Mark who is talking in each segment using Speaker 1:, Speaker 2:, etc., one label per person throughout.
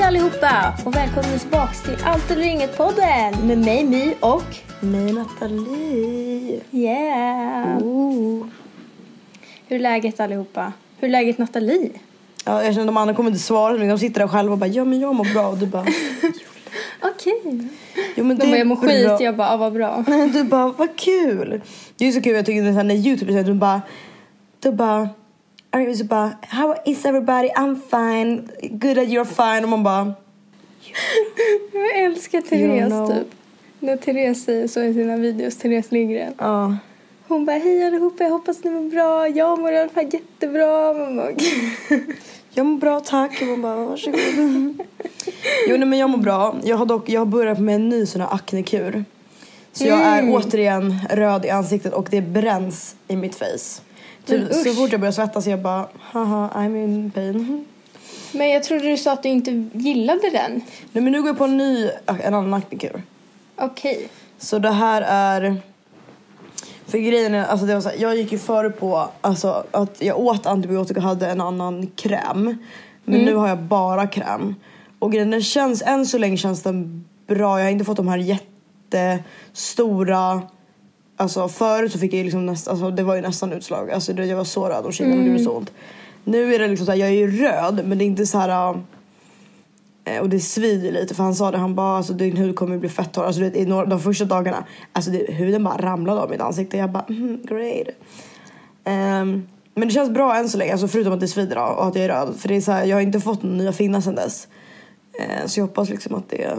Speaker 1: allihopa och välkomna tillbaka till Allt eller Inget-podden med mig My och
Speaker 2: mig Nathalie.
Speaker 1: Yeah. Hur är läget allihopa? Hur är läget Nathalie?
Speaker 2: Ja, jag känner att de andra kommer inte svara men de sitter där själva och bara ja men jag mår bra och du bara
Speaker 1: okej.
Speaker 2: Jo men
Speaker 1: de bara jag mår skit
Speaker 2: bra.
Speaker 1: Jag bara vad bra.
Speaker 2: Du bara vad kul. Det är så kul jag tycker det när YouTube säger du bara how is everybody? I'm fine. Good that you're fine och man bara
Speaker 1: jag älskar Therese typ. När Therese säger så i sina videos, Therese Lindgren.
Speaker 2: Ja.
Speaker 1: Hon bara, hej allihopa, jag hoppas ni mår bra. Jag mår i alla fall jättebra.
Speaker 2: Jag mår bra, tack. Och man bara, varsågod. Jo, nej, men jag mår bra. Jag har börjat med en ny sån här aknekur. Så jag är återigen röd i ansiktet och det bränns i mitt face. Så fort jag börjar svettas jag bara, haha, I'm in pain.
Speaker 1: Men jag trodde du sa att du inte gillade den.
Speaker 2: Nej, men nu går jag på en annan aknekur.
Speaker 1: Okej.
Speaker 2: Så det här är... För grejen är, alltså det var så här, jag gick ju före på alltså, att jag åt antibiotika och hade en annan kräm. Men nu har jag bara kräm. Och grejen känns, än så länge känns den bra. Jag har inte fått de här jättestora... Alltså förut så fick jag liksom alltså det var ju nästan utslag. Alltså jag var så röd och kinade och det gjorde så ont. Nu är det liksom så här, jag är ju röd men det är inte så här... Och det svider lite för han sa det, han bara alltså din hud kommer bli fett torr. Alltså du vet, i de första dagarna alltså huden bara ramlade av mitt ansikte. Jag bara great. Men det känns bra än så länge, alltså förutom att det svider och att jag är röd. För det är så här, jag har inte fått någon nya finnar sedan dess. Så jag hoppas liksom att det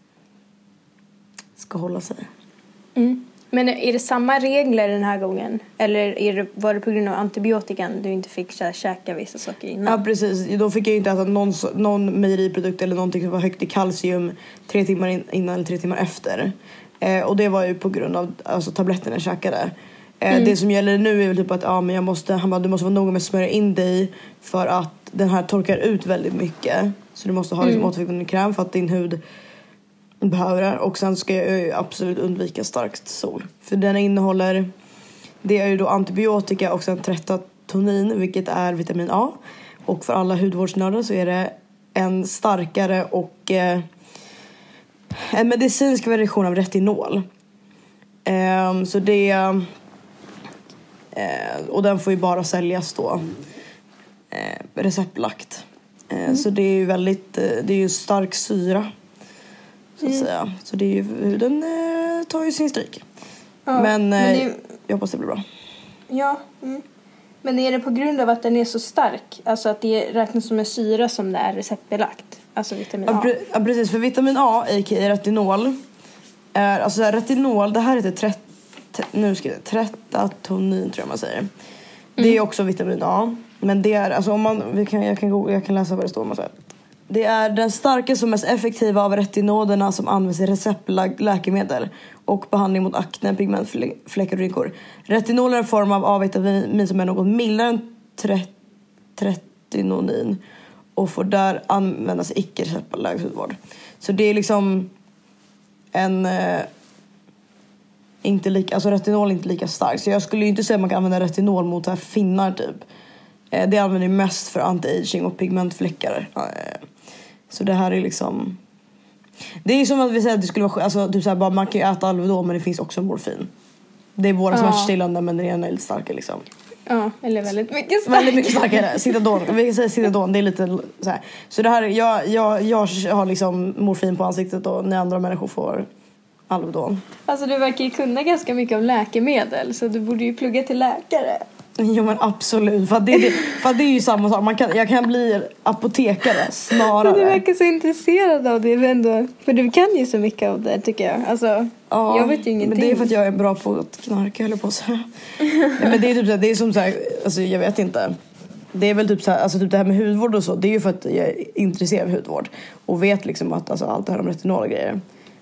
Speaker 2: ska hålla sig.
Speaker 1: Men är det samma regler den här gången? Eller var det på grund av antibiotikan du inte fick käka vissa saker innan?
Speaker 2: Ja, precis. Då fick jag inte äta någon mejeriprodukt eller någonting som var högt i kalcium 3 timmar innan eller 3 timmar efter. Och det var ju på grund av alltså, tabletterna jag käkade. Det som gäller nu är väl typ att men du måste vara noga med att smörja in dig för att den här torkar ut väldigt mycket. Så du måste ha liksom, återfuktande kräm för att din hud behöver det. Och sen ska jag absolut undvika starkt sol. För den innehåller, det är ju då antibiotika och sen tretatonin, vilket är vitamin A. Och för alla hudvårdsnördar så är det en starkare och en medicinsk version av retinol. Så det och den får ju bara säljas då receptlagt. Så det är ju väldigt, det är ju stark syra så att säga. Så det är ju, huden tar ju sin stryk. Ja, men jag hoppas det blir bra.
Speaker 1: Ja. Men är det på grund av att den är så stark? Alltså att det räknas som en syra som det är receptbelagt? Alltså vitamin A.
Speaker 2: Ja, precis. För vitamin A, a.k.a. retinol, är, alltså retinol, det här heter tretatonin tror jag man säger. Det är också vitamin A. Men det är, alltså om man, jag kan läsa vad det står om. Det är den starkaste och mest effektiva av retinolerna som används i receptbelagd läkemedel och behandling mot akne, pigmentfläckar och rynkor. Retinol är en form av A-vitamin som är något mildare än tretinonin och får där användas i icke-receptbelagd hudvård. Så det är liksom en inte lika, alltså retinol är inte lika stark. Så jag skulle ju inte säga att man kan använda retinol mot här finnar typ. Det använder mest för anti-aging och pigmentfläckar. Så det här är liksom... Det är som att vi säger att det skulle vara... Alltså, typ så här, bara, man kan ju äta Alvedon men det finns också morfin. Det är båda smärtstillande men den ena är lite starkare liksom.
Speaker 1: Ja, eller väldigt mycket starkare.
Speaker 2: Väldigt mycket starkare. Citadon. Vi kan säga Citadon, det är lite så här. Så det här, jag har liksom morfin på ansiktet och när andra människor får Alvedon.
Speaker 1: Alltså du verkar ju kunna ganska mycket om läkemedel så du borde ju plugga till läkare.
Speaker 2: Jo men absolut, för det är ju samma sak. Jag kan bli apotekare snarare.
Speaker 1: Du verkar så intresserad av det ändå. För du kan ju så mycket av det tycker jag. Alltså,
Speaker 2: ja,
Speaker 1: jag vet ju ingenting.
Speaker 2: Men det är för att jag är bra på att knarka eller på så. Men det är typ så här, det är som så här, alltså jag vet inte. Det är väl typ så här, alltså typ det här med hudvård och så. Det är ju för att jag är intresserad av hudvård och vet liksom att alltså, allt det här om retinol och grejer.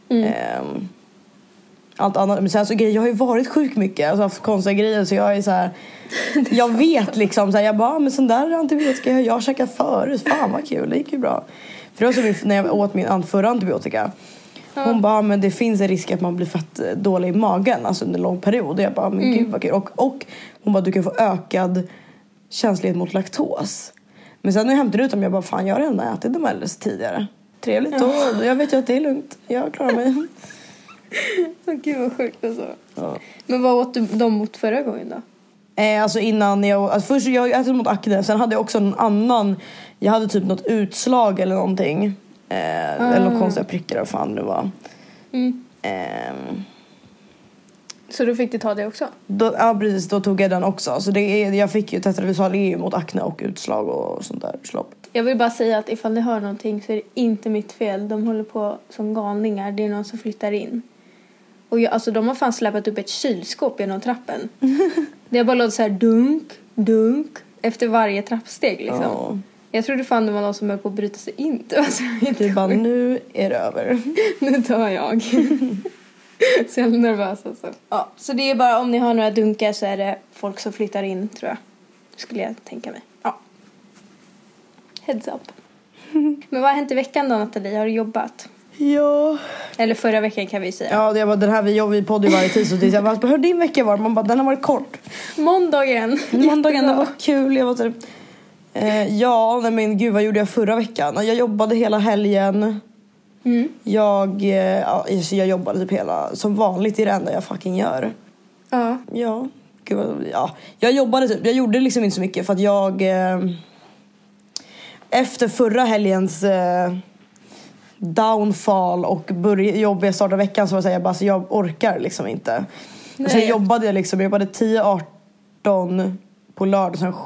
Speaker 2: Allt annat, men sen så jag har ju varit sjuk mycket, alltså haft konstiga grejer så jag är så här, jag vet liksom så här, jag bara men sån där antibiotika jag käkat förut, fan vad kul, det gick ju bra. För det var så när jag åt min förra antibiotika. Hon bara men det finns en risk att man blir fett dålig i magen alltså under en lång period. Och jag bara men gud vad kul. Och hon bara du kan få ökad känslighet mot laktos. Men sen när jag hämtade ut dem jag bara fan jag har redan ätit dem alldeles tidigare. trevligt då. Jag vet ju att det är lugnt. Jag klarar mig.
Speaker 1: Gud vad sjukt alltså.
Speaker 2: Ja.
Speaker 1: Men vad åt de mot förra gången då?
Speaker 2: Alltså innan först jag ätit mot akne. Sen hade jag också en annan. Jag hade typ något utslag eller någonting. Eller något konstiga prickar. Vad fan det var.
Speaker 1: Så du fick du ta det också?
Speaker 2: Ja precis, då tog jag den också. Så jag fick ju tetravisal EU mot akne och utslag och sånt där slopp.
Speaker 1: Jag vill bara säga att ifall ni hör någonting så är det inte mitt fel. De håller på som galningar. Det är någon som flyttar in. Och alltså de har fan släpat upp ett kylskåp genom trappen. Det har bara låtit så här dunk efter varje trappsteg liksom.
Speaker 2: Ja.
Speaker 1: Jag trodde fan det var någon som höll på att bryta sig in. Alltså,
Speaker 2: det bara, nu är det över.
Speaker 1: Nu tar jag. Så jag är nervös alltså. Ja, så det är bara om ni har några dunkar så är det folk som flyttar in tror jag. Skulle jag tänka mig. Ja. Heads up. Men vad har hänt i veckan då Nathalie? Har du jobbat?
Speaker 2: Ja.
Speaker 1: Eller förra veckan kan vi säga.
Speaker 2: Ja, det var den här vi poddar ju varje tisdag. Så jag bara, hur din vecka var? Man bara, den har varit kort.
Speaker 1: Måndagen,
Speaker 2: det var kul. Jag var typ... ja, men gud, vad gjorde jag förra veckan? Jag jobbade hela helgen. Jag jobbade typ hela... Som vanligt är det enda jag fucking gör.
Speaker 1: Ja.
Speaker 2: Ja, gud, jag jobbade typ... Jag gjorde liksom inte så mycket för att jag... efter förra helgens... downfall och jobbiga starta veckan så var jag bara så jag orkar liksom inte. Och sen jobbade jag 10-18 på lördag, sen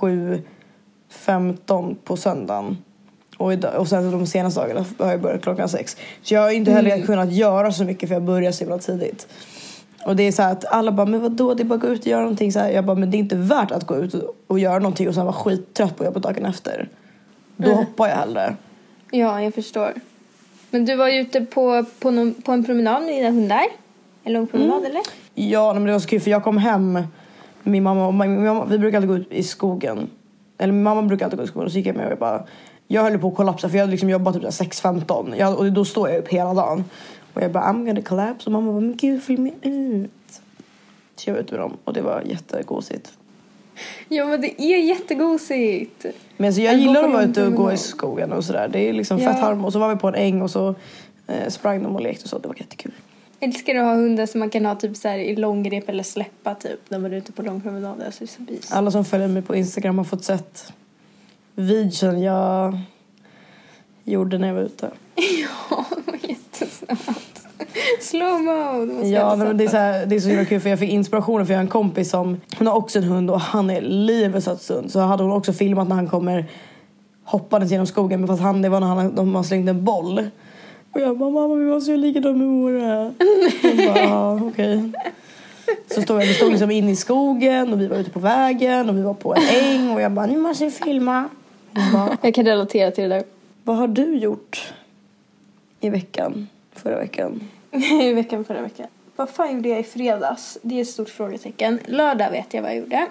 Speaker 2: 7-15 på söndagen. Och sen de senaste dagarna har jag börjat klockan 6. Så jag har inte heller kunnat göra så mycket för jag börjar så himla tidigt. Och det är så här att alla bara, men vadå, det är bara att gå ut och göra någonting så här. Jag bara, men det är inte värt att gå ut och göra någonting och sen vara skittrött på jobbet dagen efter. Då hoppar jag hellre.
Speaker 1: Ja, jag förstår. Men du var ju ute på en promenad med dina hundar? En lång promenad eller?
Speaker 2: Ja, men det var så kul för jag kom hem. Min mamma, vi brukar alltid gå ut i skogen. Eller min mamma brukar alltid gå ut i skogen. Och så gick jag med och jag höll på att kollapsa. För jag hade liksom jobbat typ 6-15. Och då står jag upp hela dagen. Och jag bara, I'm gonna collapse. Och mamma bara, men gud, följ med ut. Så jag var ute med dem. Och det var jättegosigt.
Speaker 1: Ja, men det är jättegosigt.
Speaker 2: Men alltså, jag gillar att vara ute och gå i skogen och sådär. Det är liksom fett harm. Och så var vi på en äng och så sprang de och lekte och så. Det var jättekul.
Speaker 1: Älskar att ha hundar som man kan ha typ så här i långrep eller släppa typ när man är ute på långpromenader. Alltså, det är så bis.
Speaker 2: Alla som följer mig på Instagram har fått sett videon jag gjorde när jag var ute.
Speaker 1: Ja, det var jättesnabbt. Slow mode.
Speaker 2: Ja, men det är så himla kul för jag fick inspiration för jag har en kompis som hon har också en hund och han är livets stund. Så hade hon också filmat när han kommer hoppandes genom skogen, men fast det var när de har slängt en boll. Och jag bara, mamma, vi måste ju ligga där med våra. Hon bara, okej. Så vi stod liksom in i skogen och vi var ute på vägen och vi var på en äng och jag bara, nu måste vi filma.
Speaker 1: Jag kan relatera till det där.
Speaker 2: Vad har du gjort i veckan? Förra veckan?
Speaker 1: I veckan förra veckan. Vad fan gjorde jag i fredags? Det är ett stort frågetecken. Lördag vet jag vad jag gjorde.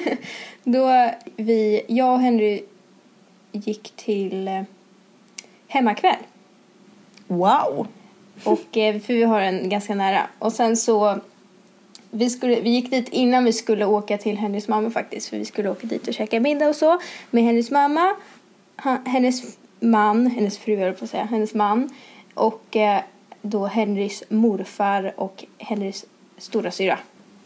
Speaker 1: Då jag och Henry gick till hemmakväll.
Speaker 2: Wow!
Speaker 1: Och för vi har en ganska nära. Och sen så vi gick dit innan vi skulle åka till Henrys mamma faktiskt. För vi skulle åka dit och käka middag och så. Med Henrys mamma, hennes fru höll på att säga, hennes man. Och då Henrys morfar och Henrys stora syra.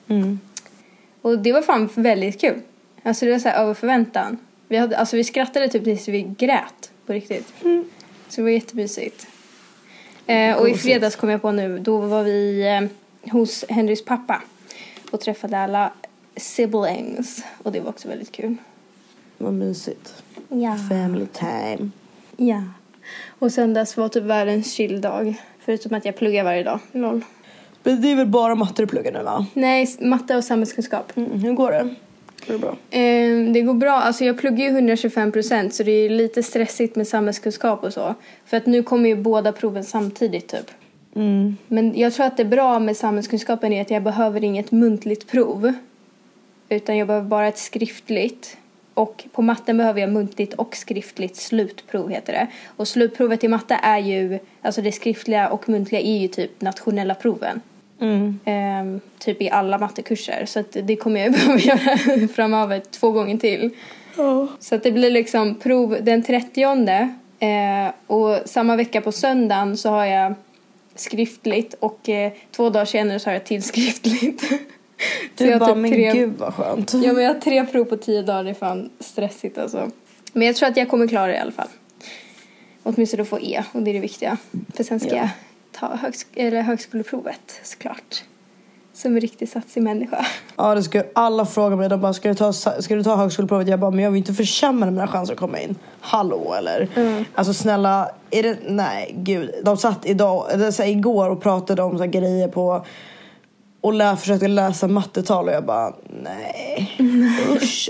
Speaker 1: Och det var fan väldigt kul. Alltså det var så här över förväntan. Vi skrattade typ tills vi grät på riktigt. Så det var jättemysigt. Och i fredags kom jag på nu, då var vi hos Henrys pappa och träffade alla siblings. Och det var också väldigt kul.
Speaker 2: Vad mysigt.
Speaker 1: Ja.
Speaker 2: Family time.
Speaker 1: Ja. Och sen dess var typ världens chilldag. Förutom att jag pluggar varje dag. Lol.
Speaker 2: Men det är väl bara matte du pluggar nu, va?
Speaker 1: Nej, matte och samhällskunskap.
Speaker 2: Hur går det? Går det bra?
Speaker 1: Det går bra. Alltså jag pluggar ju 125%. Så det är lite stressigt med samhällskunskap och så. För att nu kommer ju båda proven samtidigt typ. Men jag tror att det är bra med samhällskunskapen är att jag behöver inget muntligt prov. Utan jag behöver bara ett skriftligt. Och på matten behöver jag muntligt och skriftligt slutprov heter det. Och slutprovet i matte är ju, alltså det skriftliga och muntliga är ju typ nationella proven. Typ i alla mattekurser. Så att det kommer jag behöva göra framöver 2 gånger till. Så att det blir liksom prov den 30:e Och samma vecka på söndagen så har jag skriftligt. Och 2 dagar senare så har jag till skriftligt.
Speaker 2: Du jag bara, men gud vad skönt.
Speaker 1: Ja, men jag har 3 prov på 10 dagar. Det är fan stressigt alltså. Men jag tror att jag kommer klara det i alla fall. Åtminstone få E, och det är det viktiga. För sen ska jag ta högskoleprovet, såklart. Som en riktigt satsig människa.
Speaker 2: Ja, det ska alla fråga mig. De bara, ska du ta högskoleprovet? Jag bara, men jag vill inte försämra mina chanser att komma in. Hallå, eller? Alltså snälla, är det... Nej, gud. De satt igår och pratade om så här grejer på... Och försökte läsa mattetal. Och jag bara, nej. Usch.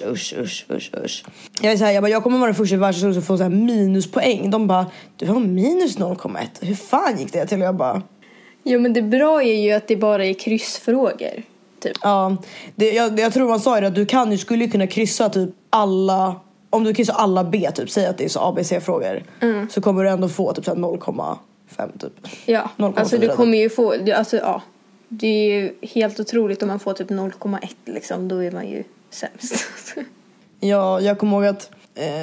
Speaker 2: Jag kommer vara den första i världen som får så här minuspoäng. De bara, du har minus 0,1. Hur fan gick det till? Och jag bara...
Speaker 1: Ja, men det bra är ju att det bara är kryssfrågor. Typ.
Speaker 2: Ja, jag tror man sa ju att du skulle kunna kryssa typ alla... Om du kryssar alla B, typ, säg att det är så ABC-frågor. Så kommer du ändå få typ 0,5 typ.
Speaker 1: Ja, 0,4, alltså du kommer ju få... Alltså, ja. Det är ju helt otroligt om man får typ 0,1 liksom. Då är man ju sämst.
Speaker 2: Ja, jag kommer ihåg att...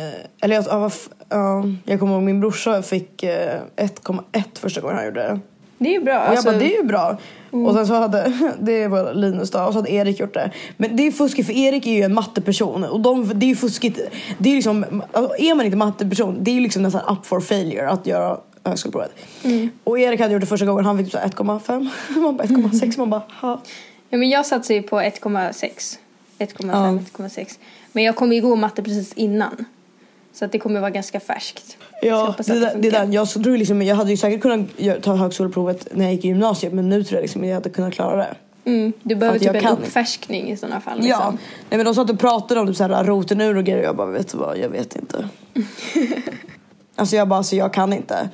Speaker 2: jag kommer ihåg min brorsa fick 1,1 första gången han gjorde det.
Speaker 1: Det är ju bra.
Speaker 2: Och jag bara, det är ju bra. Och sen så hade... Det var Linus då. Och så hade Erik gjort det. Men det är fuskigt, för Erik är ju en matteperson. Och det är ju fuskigt. Det är liksom... Är man inte matteperson, det är ju liksom nästan up for failure att göra högskoleprovet. Och Erik hade gjort det första gången. Han fick 1,5. Man bara 1,6. Man bara, ha.
Speaker 1: Ja, men jag satsade ju på 1,6. 1,5, 1,6. Men jag kom ju gå matte precis innan. Så att det kommer vara ganska färskt.
Speaker 2: Ja, det där. Jag tror liksom, jag hade ju säkert kunnat ta högskoleprovet när jag gick i gymnasiet. Men nu tror jag liksom jag hade kunnat klara det.
Speaker 1: Du behöver typ en uppfärskning i sådana fall. Liksom.
Speaker 2: Ja, nej, men de satt och pratade om typ så här roten ur och grejer. Och jag bara, vet du vad, jag vet inte. Alltså jag kan inte.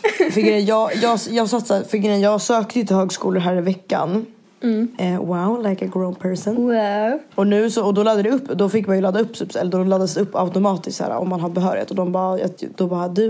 Speaker 2: Jag sökte ju till högskolor här i veckan. Wow, like a grown person.
Speaker 1: Wow.
Speaker 2: Och nu så, och då laddade det upp. Då fick man ju ladda upp, eller då laddades det upp automatiskt så här, om man har behörighet. Och då bara du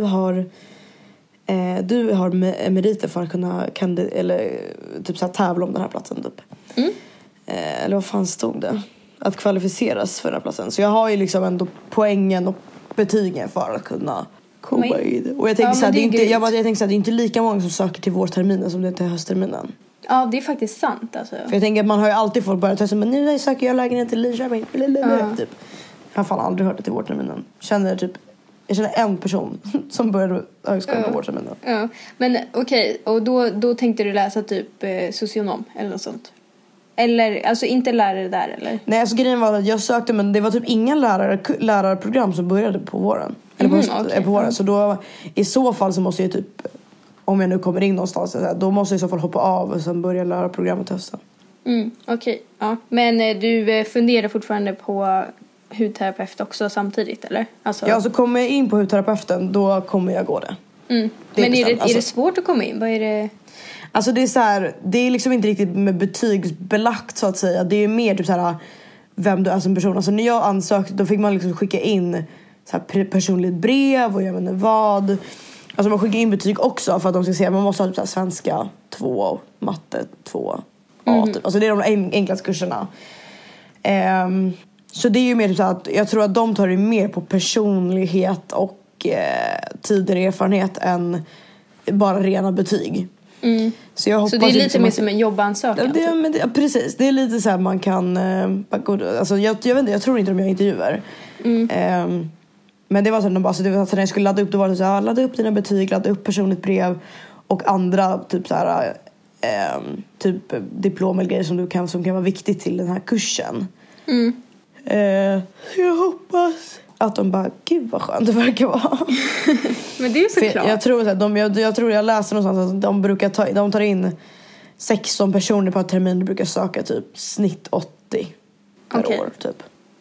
Speaker 2: har meriter för att kunna eller typ så här, tävla om den här platsen typ. Eller vad fan stod det? Att kvalificeras för den här platsen. Så jag har ju liksom ändå poängen och betygen för att kunna komma in. Och jag tänker så här, det är inte lika många som söker till vårterminen som det är till höstterminen.
Speaker 1: Ja, det är faktiskt sant alltså.
Speaker 2: För jag tänker att man har ju alltid fått börja testa, men nu söker jag lägenhet till Lidköping. Typ. Jag har fan aldrig hört det till vårterminen. Jag känner en person som började högskolan på vårterminen.
Speaker 1: Ja, men okej. Och då tänkte du läsa typ socionom eller något sånt? Eller, alltså inte lärare där eller? Nej,
Speaker 2: alltså grejen var att jag sökte, men det var typ inga lärarprogram som började på våren. Eller på våren. Så då, i så fall så måste jag typ, om jag nu kommer in någonstans, då måste jag i så fall hoppa av och sen börja lära programmet hösten.
Speaker 1: Okej. Ja. Men du funderar fortfarande på hudterapeut också samtidigt, eller? Alltså...
Speaker 2: Ja, så kommer jag in på hudterapeuten, då kommer jag gå det.
Speaker 1: Men är det svårt att komma in? Vad är det?
Speaker 2: Alltså det är så här, det är liksom inte riktigt med betygsbelagt så att säga. Det är mer typ så här vem du är som person. Alltså när jag ansökte, då fick man liksom skicka in så här personligt brev och jag vet inte vad. Alltså man skickar in betyg också för att de ska se. Man måste ha typ så här svenska 2, matte 2, A typ. Alltså det är de enklaste kurserna. Så det är ju mer typ så att jag tror att de tar det mer på personlighet och tidigare erfarenhet än bara rena betyg. Så jag hoppas,
Speaker 1: så det är lite mer som en jobbansökan?
Speaker 2: Ja, precis. Det är lite så här man kan... alltså, jag vet inte, jag tror inte de gör intervjuer. Men det var så att när jag skulle ladda upp, då var det så här, ladda upp dina betyg, ladda upp personligt brev och andra typ så här typ diplom eller grejer som kan vara viktigt till den här kursen. Jag hoppas att de bara, gud vad skönt det verkar vara.
Speaker 1: Men det är ju såklart.
Speaker 2: Jag tror jag läste någonstans att de tar in 16 personer på en termin. De brukar söka typ snitt 80 per år typ.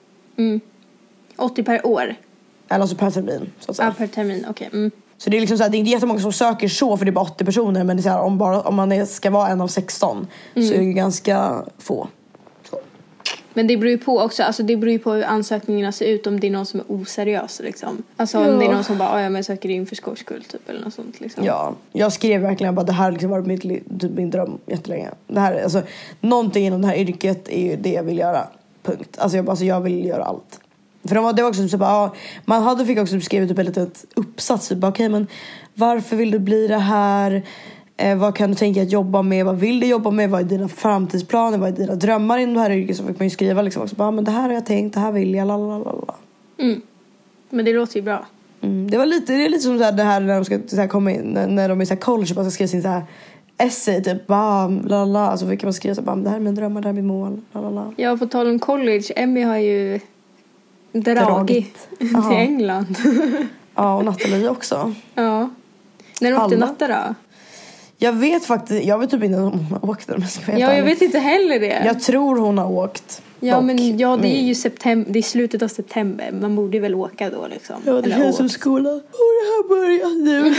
Speaker 1: 80 per år?
Speaker 2: Eller alltså per termin så att säga.
Speaker 1: Ja, per termin, okej.
Speaker 2: Så det är liksom så här, det är inte jättemånga som söker så, för det är bara 80 personer. Men det är så här, om man ska vara en av 16 så är det ganska få. Så.
Speaker 1: Men det beror ju på också, alltså det beror ju på hur ansökningarna ser ut, om det är någon som är oseriös liksom. Alltså om det är någon som bara, men jag söker in för skors skull typ, eller något sånt liksom. Ja, jag skrev verkligen bara, det här liksom varit min dröm jättelänge. Det här, alltså, någonting inom det här yrket är ju det jag vill göra, punkt. Alltså jag vill göra allt.
Speaker 2: För det var också så bara, man fick också skrivit typ ett litet uppsats typ, okej, men varför vill du bli det här? Vad kan du tänka att jobba med? Vad vill du jobba med? Vad är dina framtidsplaner? Vad är dina drömmar inom det här yrket? Så fick man ju skriva liksom också, bara, men det här har jag tänkt, det här vill jag, lalala.
Speaker 1: Men det låter ju bra.
Speaker 2: Det är lite som så här, det här när de ska så här, komma in, när de är så här college och bara ska skriva sin så här essay typ, lalala, alltså kan man skriva så här, det här är min drömmar, det här är min mål, lalala.
Speaker 1: Ja, på tal om college, Emmy har ju dragit till England.
Speaker 2: Ja, och Nathalie också.
Speaker 1: Ja. När de åkte Natta då?
Speaker 2: Jag vet typ inte om hon har åkt.
Speaker 1: Jag vet inte heller det.
Speaker 2: Jag tror hon har åkt.
Speaker 1: Ja, dock. Men det är ju september, det är slutet av september. Man borde väl åka då liksom.
Speaker 2: Ja, det känns som skolan. Det här börjar nu.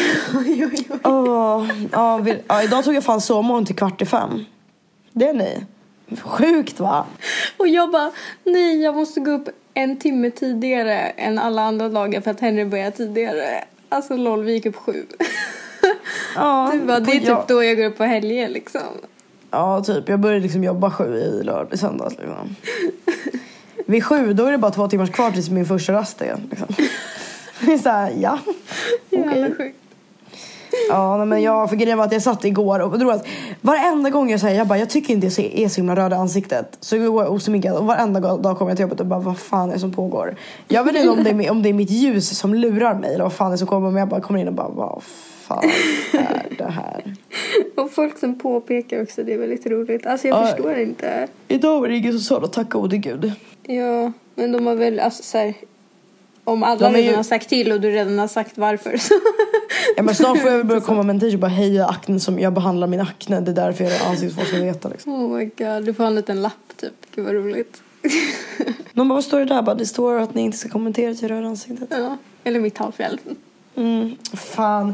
Speaker 2: Idag tog jag fan sovmorgon till 4:45. Det är ni. Sjukt, va? Och
Speaker 1: jag bara, nej, jag måste gå upp 1 timme tidigare än alla andra dagar för att Henry börjar tidigare. Alltså lol, vi gick upp 7. Ja, det är typ då jag går upp på helger liksom. Ja, typ. Jag började liksom jobba 7 i söndags liksom. Vid 7, då är det bara 2 timmar kvar tills min första rast är liksom. Det är såhär, ja. Jävla sjukt.
Speaker 2: Ja, men för grejen var att jag satt igår och drog att varenda gång jag säger, jag tycker inte jag är så himla röd i ansiktet. Så jag går osminkad och varenda dag kommer jag till jobbet och bara, vad fan är det som pågår? Jag vet inte om det är mitt ljus som lurar mig eller vad fan är det som kommer, men jag bara kommer in och bara, vad fan är det här? Och folk som påpekar också, det är väldigt roligt. Alltså jag förstår inte. Idag var det ingen som sa det, tack gode gud. Ja, men de har väl, alltså så här, om alla redan har sagt till och du redan har sagt varför så. Ja, men snart får jag väl börja komma med en t-shirt och bara, hej, akne som jag behandlar min akne. Det är därför jag har ansiktsfolk ska veta liksom. Oh my god, du får en liten lapp typ. Gud vad roligt. Någon bara, vad står det där? Bara, det står att ni inte ska kommentera till röra ansiktet. Ja, eller mitt halvfjäll. Fan.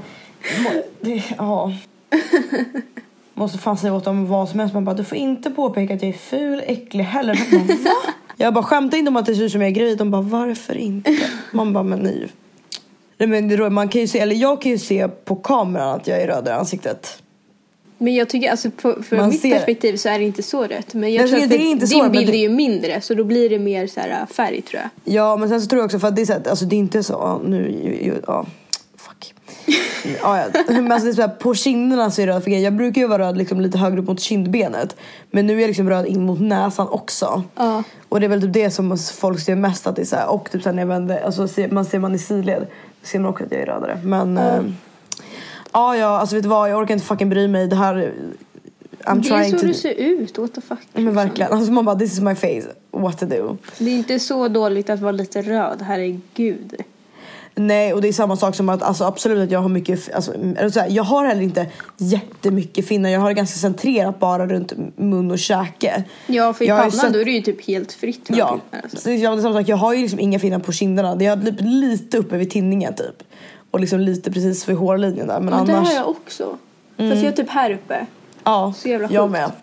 Speaker 2: Måste fan säga åt dem vad som helst. Man bara, du får inte påpeka att jag är ful, äcklig heller. Man bara, va? Jag bara skämtar inte om att det ser ut som jag är gravid. De bara, varför inte? Man bara, men nej. Men man kan ju se, eller jag kan ju se på kameran att jag är röd i ansiktet. Men jag tycker, alltså från mitt perspektiv så är det inte så rött. Men jag tror att din bild är ju mindre, så då blir det mer så här färg, tror jag. Ja, men sen så tror jag också, för att det är så här, alltså det är inte så, fuck. Men alltså det är så här, på kinderna så är det röd, för jag brukar ju vara röd liksom lite högre upp mot kindbenet. Men nu är jag liksom röd in mot näsan också. Och det är väl typ det som folk ser mest, att det är så här, och typ så här när jag vänder, alltså ser man i sidled, ser man också att jag är rödare. Men alltså vet du vad, jag orkar inte fucking bry mig. Det här det är så du ser ut, what the fuck. Men verkligen, alltså man bara, this is my face, what to do. Det är inte så dåligt att vara lite röd, herregud. Nej, och det är samma sak som att, alltså absolut att jag har mycket, alltså, jag har heller inte jättemycket finnar. Jag har det ganska centrerat bara runt mun och käke. Ja, för i pannan då är det ju typ helt fritt. Ja, alltså. Det är samma sak, jag har ju liksom inga finnar på kinderna. Det är lite uppe vid tinningen typ. Och liksom lite precis vid hårlinjen där. Men annars... det har jag också. Fast jag är typ här uppe. Ja, så jävla sjukt. Jag med.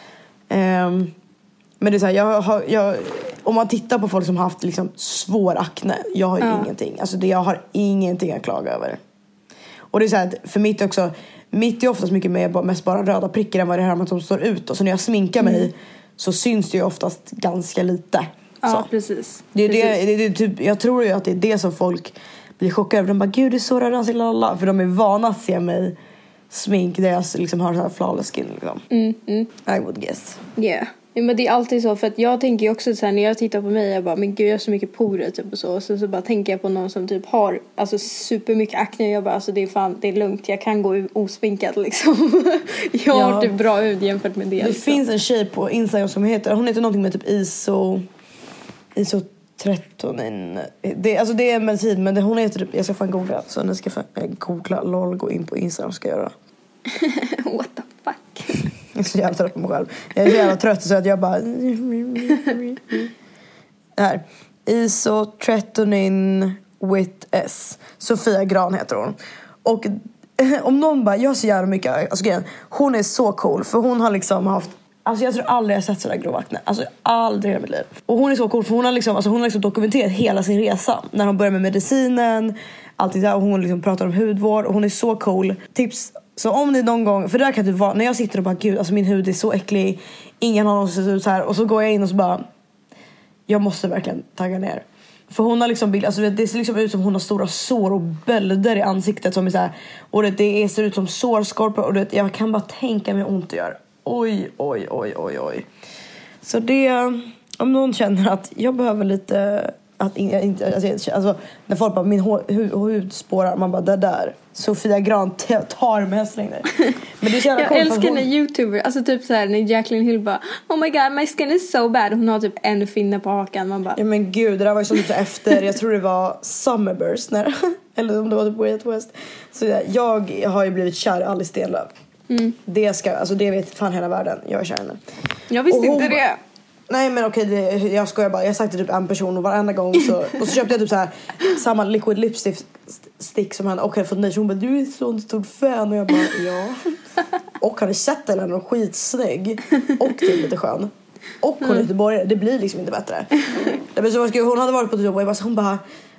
Speaker 2: Men det är så här, om man tittar på folk som har haft liksom svår akne, jag har ju ingenting. Alltså jag har ingenting att klaga över. Och det är så här, för mitt är oftast mycket mer mest bara röda prickar än vad det här med att de står ut. Och så när jag sminkar mig så syns det ju oftast ganska lite. Ja, så. Precis. Det är typ, jag tror ju att det är det som folk blir chockade över. De bara, gud, det är så röda ansikten, lalla. För de är vana att se mig smink där jag liksom har så här flawless skin liksom. I would guess. Yeah. Ja, men det är alltid så, för att jag tänker ju också så här, när jag tittar på mig, jag bara, men gud, jag har så mycket porer typ och så. Och så bara tänker jag på någon som typ har alltså supermycket akne, och jag bara, alltså det är lugnt, jag kan gå osminkad liksom. Jag har typ bra ut jämfört med det. Det finns en tjej på Instagram som hon heter någonting med typ ISO 13. Det är en medicin, men hon heter typ, jag ska fan googla, så ni ska fan googla, gå in på Instagram ska jag göra. What the fuck? Jag är så jävla trött på mig själv. Jag är så jävla trött så att jag bara... Här. Isotretinoin with S. Sofia Gran heter hon. Och om någon bara, jag ser jävla mycket, alltså grejen, hon är så cool. För hon har liksom haft, alltså jag tror aldrig jag sett sådär grov akne. Alltså aldrig i mitt liv. Och hon är så cool för hon har liksom dokumenterat hela sin resa. När hon börjar med medicinen, allt det där. Och hon liksom pratar om hudvård. Och hon är så cool. Tips. Så om ni någon gång, för det där kan typ vara, när jag sitter och bara, gud, alltså min hud är så äcklig, ingen har någon som ser ut så här, och så går jag in och så bara, jag måste verkligen tagga ner. För hon har liksom bild, alltså det ser liksom ut som hon har stora sår och bölder i ansiktet som är så här, och det ser ut som sårskorpor och jag kan bara tänka mig hur ont det gör. Oj. Så det, om någon känner att jag behöver lite att alltså när folk bara min hud spårar, man bara det där Sofia Gran tar med hästlängder. Men det är så jävla
Speaker 1: jag älskar när youtuber, alltså typ så här när Jacqueline Hill bara oh my god my skin is so bad, hon har typ en finne på hakan, man bara
Speaker 2: ja men gud, det där var ju som typ efter jag tror det var Summerburst när eller om det var typ Way Out West. Så jag har ju blivit kär i Alice Stenlöf. Det vet fan hela världen, jag är kär i henne.
Speaker 1: Jag visste inte det.
Speaker 2: Nej men okej, jag skojar bara. Jag sagt till typ en person och varenda gång så och så köpte jag typ så här samma liquid lipstick som han och hade fått nej. Hon bara du är så stor fan och jag bara ja. Och han är sett eller någon skitsnygg och typ lite skön. Och hon är göteborgare, det blir liksom inte bättre. Hon hade varit på ett jobb och hon bara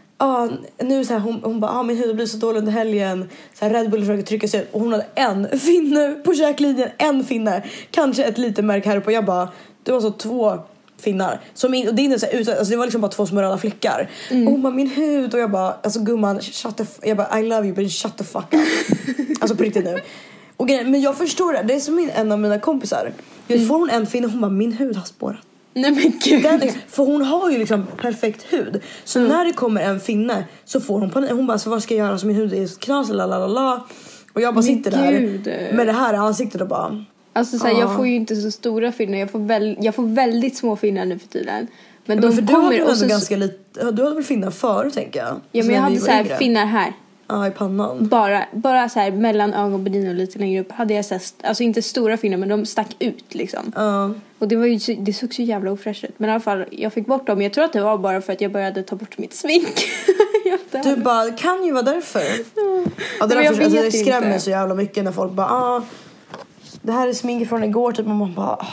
Speaker 2: nu så här, hon bara min hud blir så dålig under helgen, så här, Red Bull försöker trycka sig ut och hon hade en finne på käklinjen, en finne, kanske ett litet märke här uppe och jag bara det var så 2 finnar som och det är inte så här, alltså det var liksom bara 2 små röda fläckar och hon bara min hud och jag bara alltså gumman jag bara I love you but shut the fuck up. Alltså på riktigt nu. Och men jag förstår det är som en av mina kompisar får hon en finne hon bara min hud har spårat.
Speaker 1: Nej men gud.
Speaker 2: För hon har ju liksom perfekt hud. Så när det kommer en finne så får hon panik. Hon bara så vad ska jag göra som min hud är knas lalalala. Och jag bara sitter där med det här i ansiktet och bara
Speaker 1: alltså så här, jag får ju inte så stora finnar. Jag får väldigt små finnar nu för tiden. Men de
Speaker 2: för
Speaker 1: kommer
Speaker 2: du
Speaker 1: och så
Speaker 2: ganska lite. Du hade väl finnar förr tänker jag.
Speaker 1: Ja men jag hade så här finnar här.
Speaker 2: Ja, i pannan.
Speaker 1: Bara så här mellan ögonbrynen och lite längre upp hade jag så här, alltså inte stora finnar men de stack ut liksom. Och det såg så jävla ofräscht ut. Men i alla fall jag fick bort dem. Jag tror att det var bara för att jag började ta bort mitt smink.
Speaker 2: Du bara kan ju vara därför. Ja, det därför, alltså, det skrämmer mig så jävla mycket när folk bara det här är smink från igår typ och man bara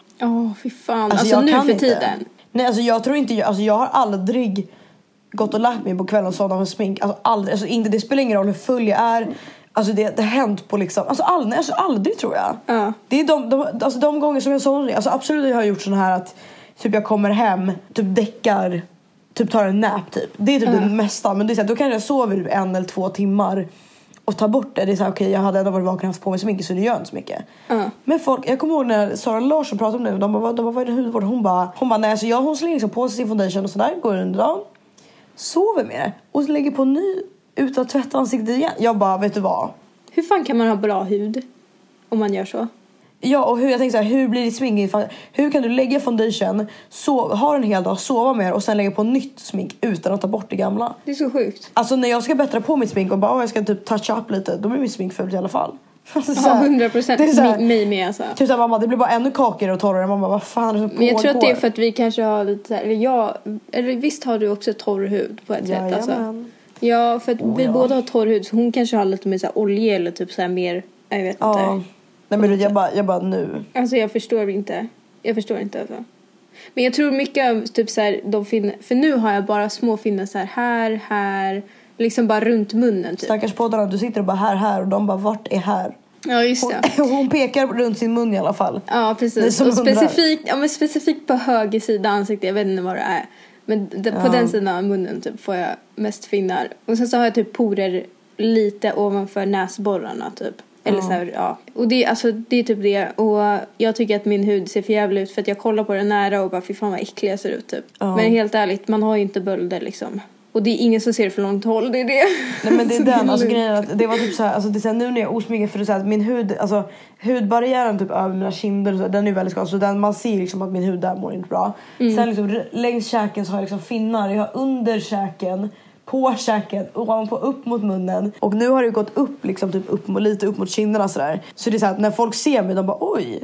Speaker 1: fy fan. Alltså nu för tiden.
Speaker 2: Nej alltså jag tror inte jag har aldrig gått och lagt mig på kvällen och sådana med smink. Alltså aldrig, alltså inte, det spelar ingen roll hur full jag är. Alltså det har hänt på liksom, alltså aldrig tror jag. Det är de gånger som jag såg, alltså absolut jag har gjort sån här att typ jag kommer hem, typ däckar, typ tar en nap typ. Det är typ det mesta, men det är så här, då kanske jag sover 1 eller 2 timmar och tar bort det. Det är så här, okej, jag hade ändå varit vaken och haft på mig så mycket så det gör inte så mycket. Men folk, jag kommer ihåg när Sara Larsson pratade om det, de bara vad är det hudvård? Hon bara nej, alltså hon slänger liksom på sig sin foundation och sådär, går under dagen, sover med det och lägger på ny utan att tvätta ansiktet igen. Jag bara, vet du vad?
Speaker 1: Hur fan kan man ha bra hud om man gör så?
Speaker 2: Ja, och jag tänker så här, hur blir det smink? Hur kan du lägga foundation, ha en hel dag, sova mer och sen lägga på nytt smink utan att ta bort det gamla?
Speaker 1: Det är så sjukt.
Speaker 2: Alltså när jag ska bättra på mitt smink och bara jag ska typ toucha up lite, då blir mitt smink fult i alla fall.
Speaker 1: Alltså, 100% mig med alltså.
Speaker 2: Typ såhär, mamma, det blir bara ännu kakigare och torrare. Mamma, vad fan är det som pågår?
Speaker 1: Men jag tror att det är för att vi kanske har lite såhär, eller visst har du också torr hud på ett sätt alltså. Ja, för att vi båda har torr hud, så hon kanske har lite mer såhär olja eller typ såhär mer, jag vet inte.
Speaker 2: Nej men jag bara nu.
Speaker 1: Alltså jag förstår inte alltså. Men jag tror mycket av typ såhär de finner, för nu har jag bara små finnar så här liksom bara runt munnen typ.
Speaker 2: Stackars poddarna, du sitter och bara här och de bara vart är här?
Speaker 1: Ja just det.
Speaker 2: Hon pekar runt sin mun i alla fall.
Speaker 1: Ja precis. Och specifikt på höger sida ansiktet, jag vet inte vad det är. Men på den sidan av munnen typ får jag mest finnar. Och sen så har jag typ porer lite ovanför näsborrarna typ. Eller så här, ja. Och det är typ det. Och jag tycker att min hud ser för jävligt ut för att jag kollar på den nära och bara fy fan vad äcklig jag ser ut typ. Men helt ärligt, man har ju inte bölder liksom. Och det är ingen som ser det för långt håll, det är det.
Speaker 2: Nej men det är den, alltså grejen att det var typ så här, alltså det är så här, nu när jag osmyggad för det så här, att min hud, alltså hudbarriären typ över mina kinder och så, den är väldigt skadad, så den, man ser liksom att min hud där mår inte bra. Sen liksom längs käken så har jag liksom finnar, jag har under käken, på käken, ovanpå upp mot munnen. Och nu har det gått upp liksom typ lite upp mot kinderna sådär. Så det är så här att när folk ser mig, de bara oj.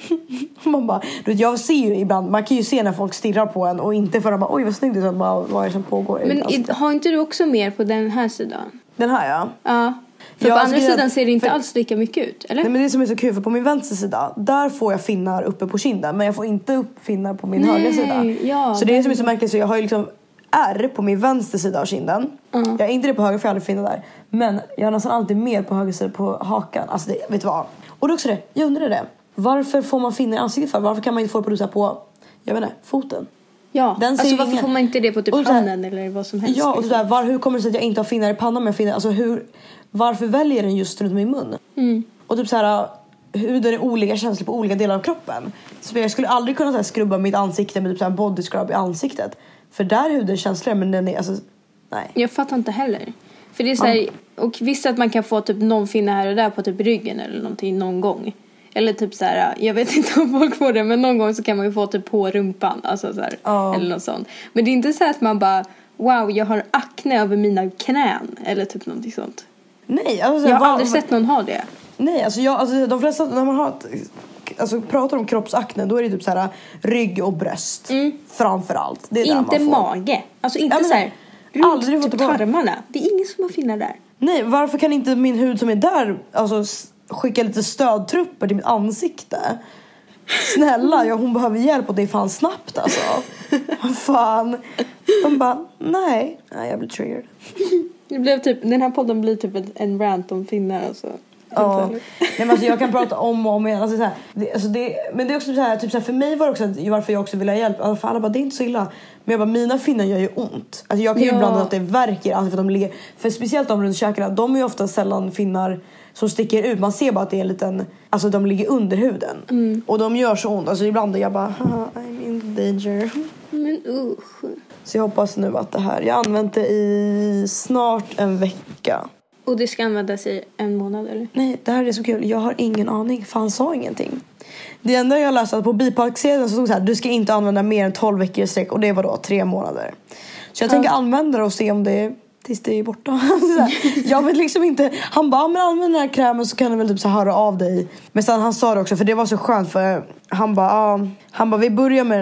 Speaker 2: Man bara, jag ser ju ibland, man kan ju se när folk stirrar på en och inte för att bara oj vad snyggt det är, vad är det som pågår.
Speaker 1: Men har inte du också mer på den här sidan?
Speaker 2: Den här
Speaker 1: ja. För på andra sidan ser det inte alls lika mycket ut, eller?
Speaker 2: Nej men det som är så kul, för på min vänstra sida där får jag finnar uppe på kinden, men jag får inte upp finnar på min högra sida.
Speaker 1: Ja,
Speaker 2: så det är som är så märkligt, så jag har ju liksom ärr på min vänstra sida av kinden. Jag är inte det på höger för jag har aldrig finnar där. Men jag har nästan alltid mer på höger sida på hakan. Alltså det, vet du vad? Och det är också det, jag undrar det. Varför får man finnar i ansiktet för? Varför kan man inte få det på, jag vet inte, foten?
Speaker 1: Ja,
Speaker 2: Den
Speaker 1: alltså varför får man inte det på typ handen eller vad som helst?
Speaker 2: Ja, och sådär, hur kommer det sig att jag inte har finnar i pannan men finnar? Alltså varför väljer den just runt min mun? Och typ såhär, huden är olika känslig på olika delar av kroppen. Så jag skulle aldrig kunna skrubba mitt ansikte med typ såhär body scrub i ansiktet. För där är huden känsligare, men den är alltså, nej.
Speaker 1: Jag fattar inte heller. För det är såhär, och visst att man kan få typ någon finna här och där på typ ryggen eller någonting någon gång. Eller typ så här, jag vet inte om folk får det, men någon gång så kan man ju få typ på rumpan, alltså så här, eller något sånt. Men det är inte så att man bara, wow, jag har akne över mina knän eller typ någonting sånt.
Speaker 2: Nej, alltså,
Speaker 1: jag har aldrig sett någon ha det.
Speaker 2: Nej, alltså de flesta när man har pratar om kroppsakne, då är det typ så här rygg och bröst framför allt. Det är
Speaker 1: inte mage. Alltså inte så här
Speaker 2: aldrig
Speaker 1: runt typ tarmarna. Det är ingen som har finnar där.
Speaker 2: Nej, varför kan inte min hud som är där alltså skicka lite stödtrupper till mitt ansikte? Snälla, hon behöver hjälp och det är fan snabbt alltså. Fan. De bara, nej, jag blir triggered.
Speaker 1: Det blev typ, den här podden blir typ en rant om finnar alltså.
Speaker 2: Ja. Nej, men alltså jag kan prata om och om igen. Alltså, men det är också så här, typ så här, för mig var det också varför jag också ville ha hjälp. Alltså, för alla bara, det är inte så illa. Men jag bara, mina finnar gör ju ont. Alltså jag kan ju ibland att det verkar. Alltså för, de ligger, för speciellt de runt käkarna, de är ju ofta sällan finnar som sticker ut. Man ser bara att det är en liten, alltså de ligger under huden. Och de gör så ont. Alltså ibland är jag bara, I'm in danger.
Speaker 1: Men usch.
Speaker 2: Så jag hoppas nu att det här, jag har använt det i snart en vecka.
Speaker 1: Och det ska användas i en månad eller?
Speaker 2: Nej, det här är så kul. Jag har ingen aning. Fan sa ingenting. Det enda jag läste att på bipacksedeln så stod så här: du ska inte använda mer än 12 veckor i sträck. Och det var då 3 månader. Så jag tänker använda det och se om det tills det är borta. Jag vill liksom inte. Han bara, men använd den här krämen så kan du väl typ så höra av dig. Men sen han sa det också, för det var så skönt. För han bara, vi börjar med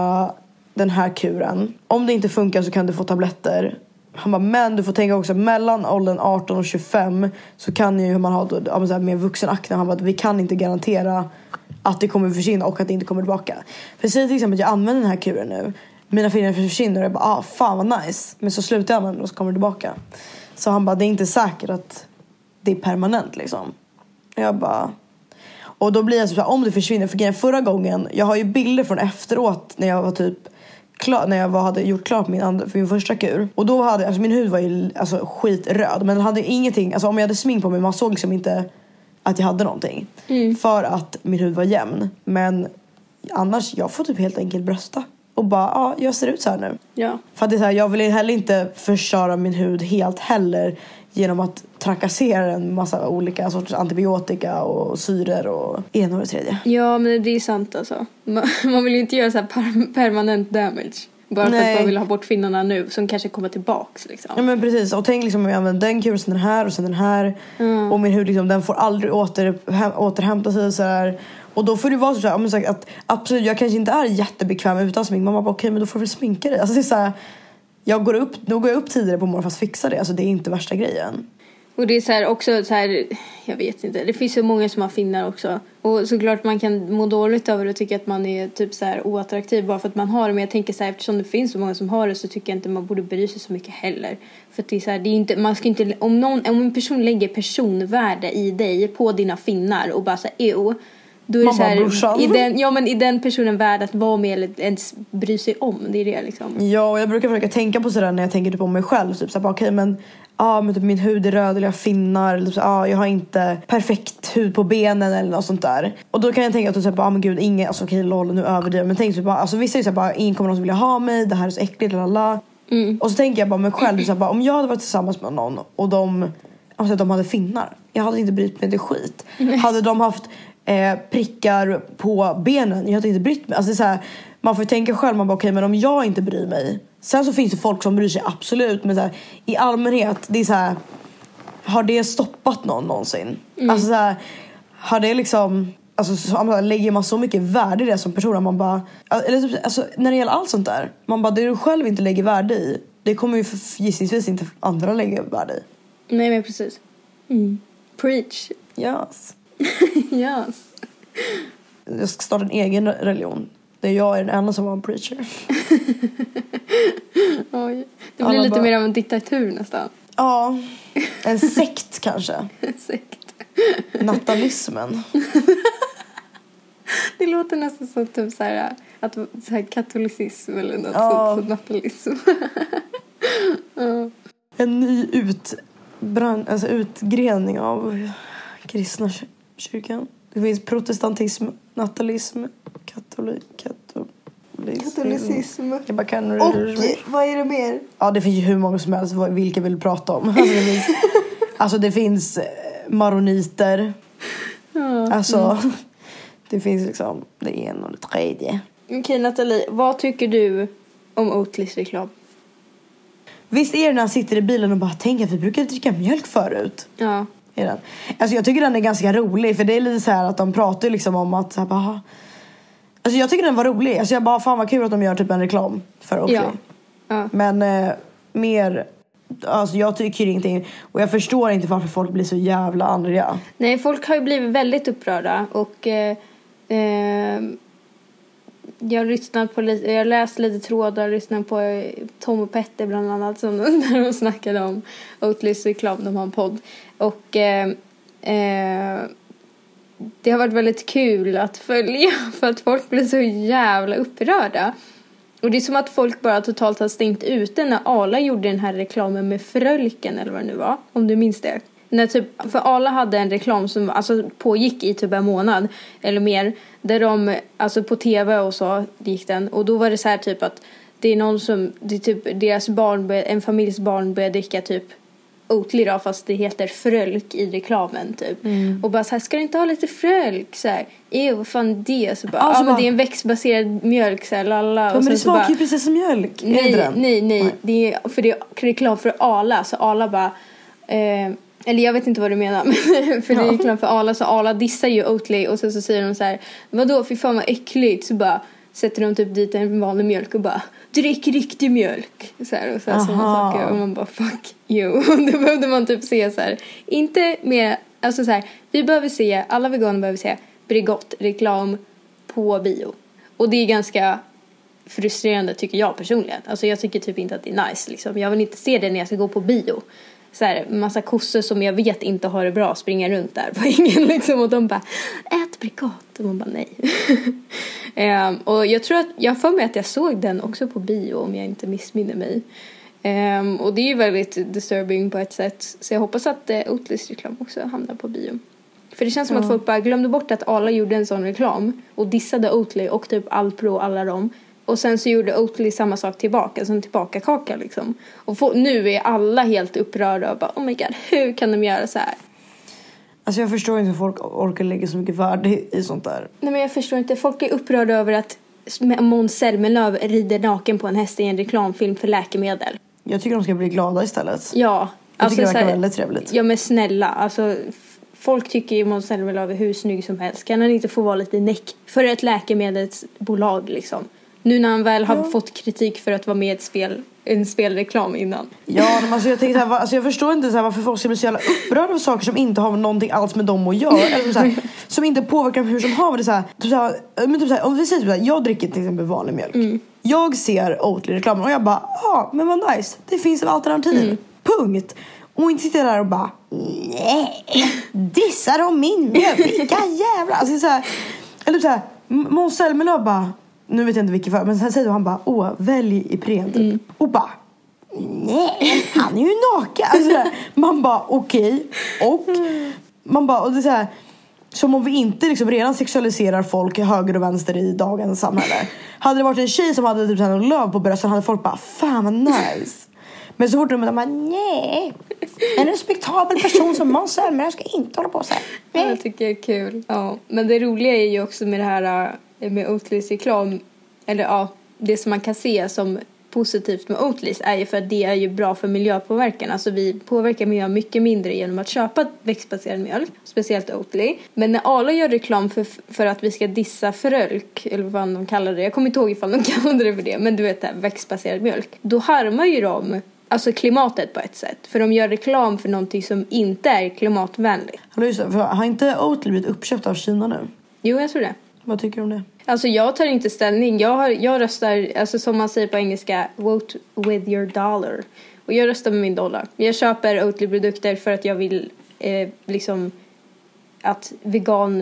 Speaker 2: den här kuren. Om det inte funkar så kan du få tabletter. Han bara, men du får tänka också mellan åldern 18 och 25 så kan ju man ha med vuxen akne. Han bara, vi kan inte garantera att det kommer försvinna och att det inte kommer tillbaka. För säg till exempel att jag använder den här kuren nu. Mina finnar försvinner och jag bara, fan vad nice. Men så slutar jag använda och så kommer det tillbaka. Så han bara, det är inte säkert att det är permanent liksom. Jag bara, och då blir jag så här, om det försvinner. För förra gången, jag har ju bilder från efteråt när jag var typ när jag hade gjort klart för min första kur. Och då hade, alltså min hud var ju alltså skitröd. Men den hade ingenting, alltså om jag hade smink på mig, man såg liksom inte att jag hade någonting. För att min hud var jämn. Men annars, jag får typ helt enkelt brösta. Och bara, jag ser ut så här nu.
Speaker 1: Ja.
Speaker 2: För att det är så här, jag vill heller inte förstöra min hud helt heller. Genom att trakassera en massa olika sorters antibiotika och syror och ena och det tredje.
Speaker 1: Ja, men det är sant alltså. Man vill ju inte göra så här permanent damage. Bara för att man vill ha bort finnarna nu som kanske kommer tillbaks liksom.
Speaker 2: Ja men precis, och tänk liksom om jag använder den kuren, sen den här och sen den här. Och min hud liksom, den får aldrig återhämta sig så här. Och då får det vara så här, att absolut, jag kanske inte är jättebekväm utan smink. Mamma bara, okej, men då får du väl sminka dig. Alltså det är så här, då går jag upp tidigare på morgonen för att fixa det. Alltså det är inte värsta grejen.
Speaker 1: Och det är så här också så här, jag vet inte. Det finns så många som har finnar också. Och såklart man kan må dåligt över det och tycka att man är typ så här oattraktiv bara för att man har det. Men jag tänker så här, eftersom det finns så många som har det så tycker jag inte man borde bry sig så mycket heller. För att det är så här, det är inte, man ska inte, om en person lägger personvärde i dig på dina finnar och bara så här, då är det så här, i den personen värd att vara med eller ens bry sig om. Det är det liksom. Ja,
Speaker 2: och jag brukar försöka tänka på sådär när jag tänker typ om mig själv. Typ såhär, okej, men typ min hud är röd eller jag finnar. Eller typ jag har inte perfekt hud på benen eller något sånt där. Och då kan jag tänka att typ, men gud, ingen, alltså okej, lol, nu överdriver. Men tänk så bara, alltså vissa är så bara, ingen kommer någon som vill ha mig. Det här är så äckligt, lalala. Och så tänker jag bara mig själv, så bara, om jag hade varit tillsammans med någon och de hade finnar. Jag hade inte brytt mig det skit. Hade de haft prickar på benen, jag hade inte brytt mig. Alltså det är så här, man får tänka själv, man bara okej, men om jag inte bryr mig. Sen så finns det folk som bryr sig absolut, men så här, i allmänhet, det är så här, har det stoppat någon någonsin? Alltså så här, har det liksom, alltså lägger man så mycket värde i det som person, man bara, eller typ, alltså när det gäller allt sånt där, man bara, det du själv inte lägger värde i, det kommer ju gissningsvis inte andra lägga värde i.
Speaker 1: Nej, men precis. Preach.
Speaker 2: Yes.
Speaker 1: Yes.
Speaker 2: Jag ska starta en egen religion. Där jag är den enda som var en preacher.
Speaker 1: Oj. Det blir lite mer av en diktatur nästan.
Speaker 2: Ja. En sekt kanske.
Speaker 1: En sekt.
Speaker 2: Natalismen.
Speaker 1: Det låter nästan som typ så här, att så här katolicism eller något sånt, natalism.
Speaker 2: En ny utgrening av kristna kyrkan. Det finns protestantism, natalism, katolicism. Jag bara kan... Och
Speaker 1: vad är det mer?
Speaker 2: Ja, det finns ju hur många som helst. Vilka vill prata om? Alltså det finns maroniter. Alltså det finns liksom det ena och det tredje.
Speaker 1: Okej, Nathalie, vad tycker du om Oatlys reklam?
Speaker 2: Visst är det när han sitter i bilen och bara tänker att vi brukade dricka mjölk förut?
Speaker 1: Ja.
Speaker 2: Är den. Alltså jag tycker den är ganska rolig. För det är lite så här att de pratar liksom om att så här, bara, alltså jag tycker den var rolig. Alltså jag bara, fan vad kul att de gör typ en reklam för Oatly.
Speaker 1: Ja.
Speaker 2: Men mer... Alltså jag tycker ingenting. Och jag förstår inte varför folk blir så jävla andra.
Speaker 1: Nej, folk har ju blivit väldigt upprörda. Och jag har lyssnat på lite, jag har läst lite trådar, lyssnat på Tom och Petter bland annat som när de snackade om Oatlys reklam. De har en podd. Och det har varit väldigt kul att följa för att folk blir så jävla upprörda. Och det är som att folk bara totalt har stängt ute när Arla gjorde den här reklamen med Frölken eller vad det nu var. Om du minns det. När typ, för Arla hade en reklam som alltså pågick i typ en månad eller mer. Där de, alltså på tv och så gick den. Och då var det så här typ att det är någon som, det är typ deras barn, en familjs barn börjar dricka typ Oatly då, fast det heter Frölk i reklamen typ. Och bara så här, ska du inte ha lite Frölk? Så här, vad fan det? Så bara, men det är en växtbaserad mjölk så här, lalla.
Speaker 2: Men det smakar ju precis som mjölk.
Speaker 1: Nej. Det är, för det är reklam för Arla. Så Arla bara, eller jag vet inte vad du menar. Men för det är reklam för Arla. Så Arla dissar ju Oatly. Och så säger de så här, vadå, fy fan vad äckligt. Så bara sätter de typ dit en vanlig mjölk och bara, drick riktig mjölk. Så här, och så här sådana saker. Och man bara, fuck you. Då behövde man typ se så här, inte mer, alltså så här, vi behöver se, alla veganer behöver se Bregott-reklam på bio. Och det är ganska frustrerande tycker jag personligen. Alltså jag tycker typ inte att det är nice liksom. Jag vill inte se det när jag ska gå på bio. Så här, massa kossor som jag vet inte har det bra springer runt där på ingen liksom. Och de bara, ät Bregott. Och man bara, nej. Och jag tror att, jag får med att jag såg den också på bio om jag inte missminner mig. Och det är ju väldigt disturbing på ett sätt. Så jag hoppas att Oatlys reklam också hamnar på bio. För det känns som att folk bara glömde bort att alla gjorde en sån reklam. Och dissade Oatly och typ Alpro och alla dem. Och sen så gjorde Oatly samma sak tillbaka. Som tillbaka kaka liksom. Och nu är alla helt upprörda och bara, oh my god, hur kan de göra så här?
Speaker 2: Alltså jag förstår inte hur folk orkar lägga så mycket värde i sånt där.
Speaker 1: Nej, men jag förstår inte. Folk är upprörda över att Måns Zelmerlöw rider naken på en häst i en reklamfilm för läkemedel.
Speaker 2: Jag tycker de ska bli glada istället.
Speaker 1: Ja.
Speaker 2: Jag tycker det verkar väldigt trevligt.
Speaker 1: Ja, men snälla. Alltså, folk tycker ju Måns Zelmerlöw är hur snygg som helst. Kan han inte få vara lite näck för ett läkemedelsbolag liksom? Nu när han väl har fått kritik för att vara med i en spelreklam innan. Ja, men alltså jag tänker så här, alltså jag förstår inte så här, varför folk ska bli så jävla upprörda av saker som inte har någonting alls med dem att göra. Eller så här, som inte påverkar hur som har det så här. Men typ så här, om vi säger så här, jag dricker till exempel vanlig mjölk. Jag ser Oatly-reklamen och jag bara, men vad nice. Det finns ett alternativ. Punkt. Och inte sitter där och bara, nej, dissar om min mjölk. Vilka jävla. Alltså så här, eller så här, Måns Zelmerlöw bara, nu vet jag inte vilken för, men sen säger han bara, välj Ipren. Och bara, nej, han är ju naken. Alltså, man bara, okej. Och man bara, och det är så här, som om vi inte liksom redan sexualiserar folk höger och vänster i dagens samhälle. Hade det varit en tjej som hade typ en löv på brösten hade folk bara, fan vad nice. Men så fort de bara, nej, en respektabel person som Måns Zelmerlöw ska inte hålla på så här. Nej. Jag tycker det är kul. Ja, men det roliga är ju också med det här med Oatlys reklam, eller det som man kan se som positivt med Oatlys är ju för att det är ju bra för miljöpåverkan. Alltså vi påverkar miljön mycket mindre genom att köpa växtbaserad mjölk, speciellt Oatly. Men när alla gör reklam för att vi ska dissa Frölk, eller vad de kallar det, jag kommer inte ihåg ifall de kallade det för det, men du vet det, växtbaserad mjölk, då harmar ju de alltså klimatet på ett sätt. För de gör reklam för någonting som inte är klimatvänligt.
Speaker 2: Har inte Oatly blivit uppköpt av Kina nu?
Speaker 1: Jo, jag tror det.
Speaker 2: Vad tycker du om det?
Speaker 1: Alltså jag tar inte ställning. Jag röstar, alltså som man säger på engelska, vote with your dollar. Och jag röstar med min dollar. Jag köper Oatly-produkter för att jag vill liksom att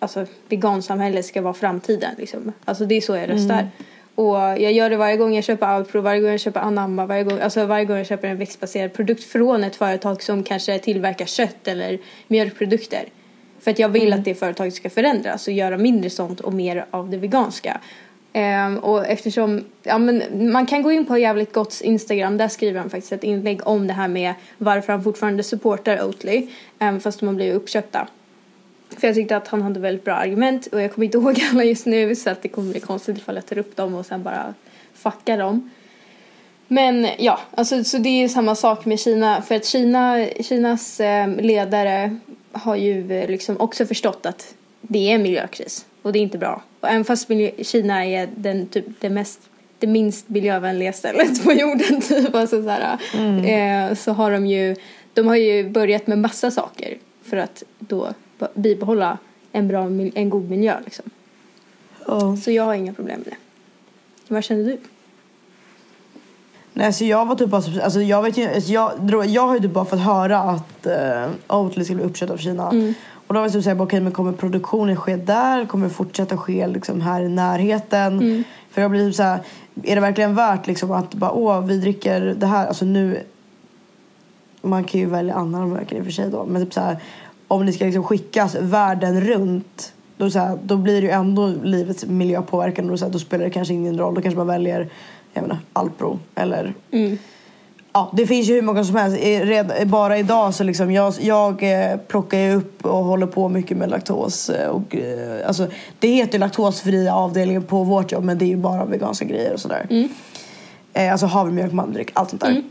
Speaker 1: alltså vegansamhälle ska vara framtiden liksom. Alltså det är så jag röstar. Och jag gör det varje gång jag köper Alpro, varje gång jag köper Anamma, varje gång jag köper en växtbaserad produkt från ett företag som kanske tillverkar kött eller mjölkprodukter. För att jag vill att det företaget ska förändras och göra mindre sånt och mer av det veganska. Och eftersom man kan gå in på Jävligt Gotts Instagram, där skriver han faktiskt ett inlägg om det här med varför han fortfarande supportar Oatly, fast de har blivit uppköpta. För jag tyckte att han hade väldigt bra argument, och jag kommer inte ihåg alla just nu, så att det kommer bli konstigt ifall jag tar upp dem och sen bara fuckar dem. Men ja, alltså, så det är samma sak med Kina, för att Kinas ledare har ju liksom också förstått att det är en miljökris och det är inte bra. Och även fast Kina är det minst miljövänliga stället på jorden typ, alltså så har de har ju börjat med massa saker för att då bibehålla en god miljö liksom. Så jag har inga problem med det. Vad känner du?
Speaker 2: Nej, så jag var typ alltså jag vet ju, jag har ju typ bara fått höra att Oatly ska bli uppköpt av Kina. Och då var jag så säga, okej, men kommer produktionen ske där? Kommer det fortsätta ske liksom här i närheten? För jag blir typ så här, är det verkligen värt liksom att bara, vi dricker det här, alltså nu, man kan ju välja andra märken i och för sig då, men typ så här, om det ska liksom skickas världen runt, då blir det ju ändå livets miljöpåverkan, och då spelar det kanske ingen roll, då kanske man väljer, jag menar, Alpro eller ja, det finns ju hur många som helst. Bara idag så liksom jag plockar ju upp och håller på mycket med laktos, och alltså det heter ju laktosfria avdelningen på vårt jobb, men det är ju bara veganska grejer och sådär. Alltså havremjölk, mandryck, allt sånt där.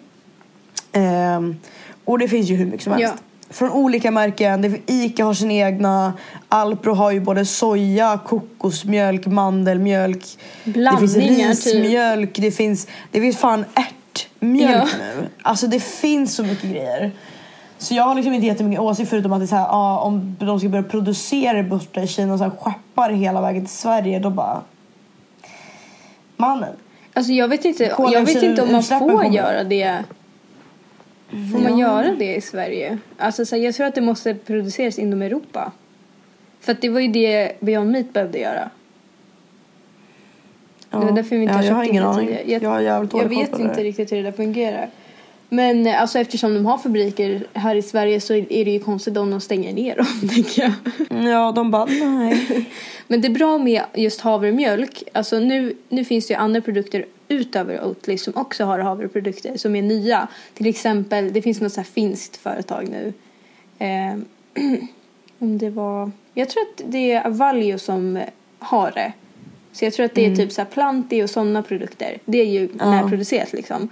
Speaker 2: Och det finns ju hur mycket som helst. Från olika märken. Ica har sin egna. Alpro har ju både soja, kokosmjölk, mandelmjölk.
Speaker 1: Blandningar,
Speaker 2: det finns rismjölk. Det finns fan ärtmjölk nu. Alltså det finns så mycket grejer. Så jag har liksom inte jättemycket åsikt, förutom att det är så här, om de ska börja producera det borta i Kina och så här, skeppar hela vägen till Sverige, då bara mannen.
Speaker 1: Alltså jag vet inte om man får göra det. Får man göra det i Sverige? Alltså så jag tror att det måste produceras inom Europa. För att det var ju det Beyond Meat behövde göra.
Speaker 2: Ja.
Speaker 1: Det var därför vi inte
Speaker 2: jag har ingen aning. Jag
Speaker 1: vet inte riktigt hur det där fungerar. Men alltså eftersom de har fabriker här i Sverige, så är det ju konstigt om de stänger ner dem, tänker jag.
Speaker 2: Ja, de bara nej.
Speaker 1: Men det är bra med just havremjölk. Alltså nu finns det ju andra produkter utöver Oatly som också har havreprodukter som är nya. Till exempel, det finns något så här finskt företag nu. Jag tror att det är Avalio som har det. Så jag tror att det är typ så här Planti och sådana produkter. Det är ju närproducerat liksom.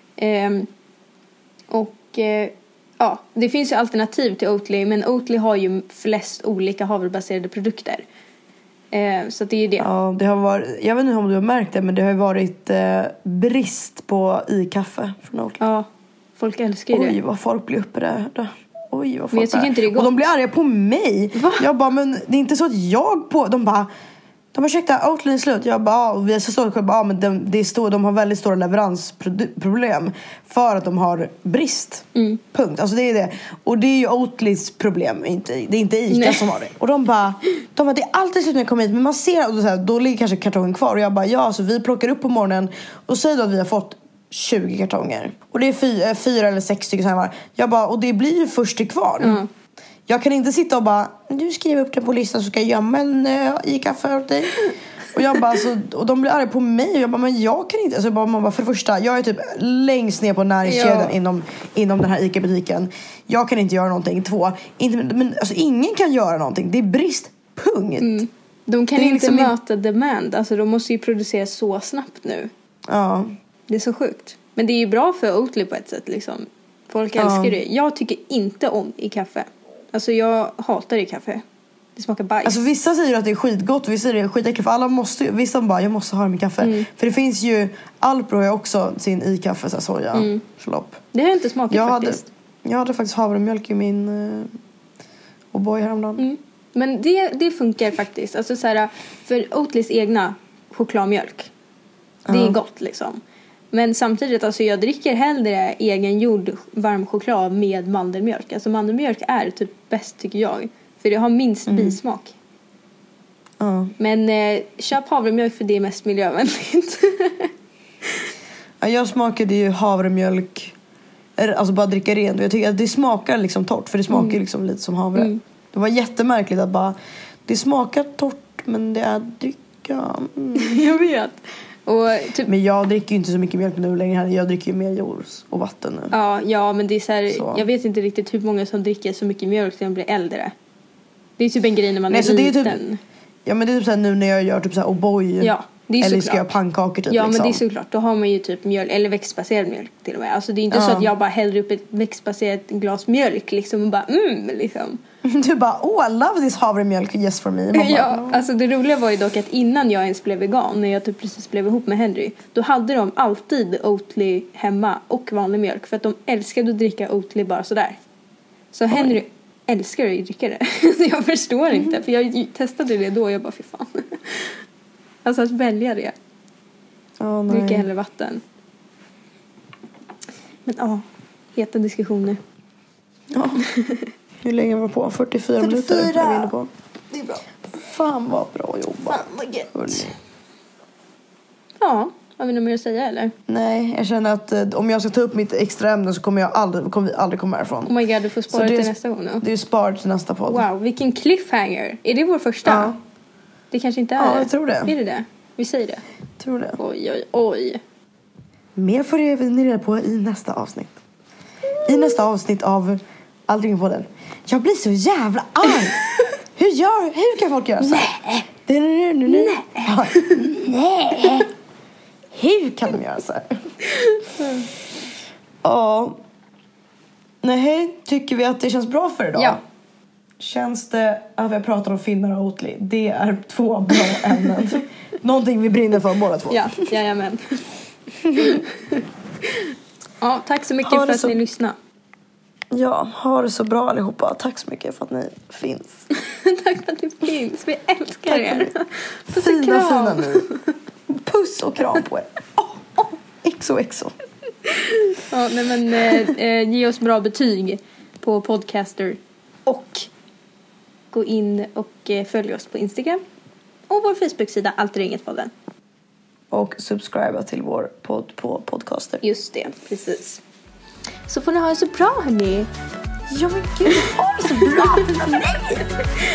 Speaker 1: Det finns ju alternativ till Oatly, men Oatly har ju flest olika havrebaserade produkter. Så det är ju det.
Speaker 2: Ja, det har varit, jag vet inte om du har märkt det, men det har ju varit brist på i-kaffe från Oatly.
Speaker 1: Ja, folk älskar ju det.
Speaker 2: Oj, vad folk blir upprörda. Oj, vad folk.
Speaker 1: Men jag tycker inte det är gott.
Speaker 2: Och de blir arga på mig. Va? Jag bara, men det är inte så att de bara, ursäkta, Oatly är slut. Jag bara, och vi så men de har väldigt stora leveransproblem för att de har brist. Punkt. Alltså det är det. Och det är ju Oatlys problem, det är inte Ica som har det. Och de bara, det är alltid slut när jag kommer hit, men man ser, då ligger kanske kartongen kvar. Och jag bara, så vi plockar upp på morgonen och säger då att vi har fått 20 kartonger. Och det är 4 eller 6 stycken så här. Jag bara, och det blir ju först till kvar. Jag kan inte sitta och bara, du skriver upp det på listan så ska jag gömma en i-kaffe åt dig. Och jag bara, och de blir arga på mig. Och jag bara, men jag kan inte. Alltså man bara, för det första, jag är typ längst ner på näringskedjan inom den här ICA-butiken. Jag kan inte göra någonting. 2, men alltså ingen kan göra någonting. Det är brist, punkt.
Speaker 1: De kan inte liksom möta demand. Alltså de måste ju producera så snabbt nu.
Speaker 2: Ja.
Speaker 1: Det är så sjukt. Men det är ju bra för Oatly på ett sätt liksom. Folk älskar det. Jag tycker inte om i kaffe. Alltså jag hatar i kaffe. Det smakar bajs.
Speaker 2: Alltså vissa säger att det är skitgott, vissa säger att det är skitäckligt. För alla måste, vissa bara, jag måste ha det med kaffe. För det finns ju, Alpro har också sin i-kaffe, så här, soja, slopp.
Speaker 1: Det har jag inte smakat faktiskt.
Speaker 2: Jag hade faktiskt havremjölk i min O'boy häromdagen.
Speaker 1: Men det funkar faktiskt. Alltså så här, för Oatlys egna chokladmjölk. Det är gott liksom. Men samtidigt, alltså jag dricker hellre egengjord varm choklad med mandelmjölk. Alltså mandelmjölk är typ bäst tycker jag. För det har minst bismak.
Speaker 2: Ja.
Speaker 1: Men köp havremjölk för det är mest miljövänligt.
Speaker 2: Ja, jag smakade ju havremjölk, alltså bara dricka rent. Jag tycker att det smakar liksom torrt, för det smakar liksom lite som havre. Det var jättemärkligt att bara, det smakar torrt men det är dricka.
Speaker 1: Jag vet. Och typ,
Speaker 2: men jag dricker ju inte så mycket mjölk nu längre. Jag dricker ju mer juice och vatten nu.
Speaker 1: Ja, men det är så. Jag vet inte riktigt hur många som dricker så mycket mjölk när de blir äldre. Det är typ en grej när man är liten.
Speaker 2: Det är typ, ja, men det är typ såhär nu när jag gör typ såhär O'boy.
Speaker 1: Ja, det är
Speaker 2: eller
Speaker 1: såklart.
Speaker 2: ska jag pannkakor typ.
Speaker 1: Ja,
Speaker 2: liksom.
Speaker 1: men det är såklart. Då har man ju typ mjölk, eller växtbaserad mjölk till och med. Alltså det är inte så att jag bara häller upp ett växtbaserat glas mjölk liksom och bara liksom.
Speaker 2: Du bara, I love this havremjölk, yes for me.
Speaker 1: Ja, alltså det roliga var ju dock att innan jag ens blev vegan, när jag typ precis blev ihop med Henry, då hade de alltid Oatly hemma och vanlig mjölk, för att de älskade att dricka Oatly bara sådär. Så Henry älskar att dricka det. Så jag förstår inte, för jag testade det då och jag bara, fy fan. Alltså att välja det. Dricka hellre vatten. Men heta diskussioner. Ja.
Speaker 2: Hur länge var det på? 44 minuter. Är vi inne på.
Speaker 1: Det är bra.
Speaker 2: Fan vad bra jobbat.
Speaker 1: Fan vad gött. Ja, har vi något mer att säga eller?
Speaker 2: Nej, jag känner att om jag ska ta upp mitt extra ämne så kommer vi aldrig komma härifrån.
Speaker 1: Oh my god, du får spara det till nästa gång då.
Speaker 2: Det är sparat till nästa podd.
Speaker 1: Wow, vilken cliffhanger. Är det vår första?
Speaker 2: Ja.
Speaker 1: Det kanske inte är.
Speaker 2: Ja, jag tror det.
Speaker 1: Är det? Vi säger det.
Speaker 2: Tror det.
Speaker 1: Oj.
Speaker 2: Mer får ni reda på i nästa avsnitt. I nästa avsnitt av Aldrig på den. Jag blir så jävla arg. Hur kan folk göra så? Nej. Hur kan de göra så här? Ja. Nej, tycker vi att det känns bra för idag?
Speaker 1: Ja.
Speaker 2: Känns det att vi pratar om finnar och Oatly? Det är 2 bra ämnen. Någonting vi brinner för båda två.
Speaker 1: Ja, jajamän. Ja, tack så mycket för att ni lyssnade.
Speaker 2: Ja, ha det så bra allihopa. Tack så mycket för att ni finns.
Speaker 1: Tack för att ni finns. Vi älskar er.
Speaker 2: Puss och kram. Fina nu. Puss och kram på er. Exo.
Speaker 1: Ja, nej men ge oss bra betyg på Podcaster. Och gå in och följ oss på Instagram. Och vår Facebook-sida Allt är inget-podden.
Speaker 2: Och subscriba till vår podd på Podcaster.
Speaker 1: Just det, precis. Så får ni ha det så bra, hörni.
Speaker 2: Ja men gud, ha det så bra för mig.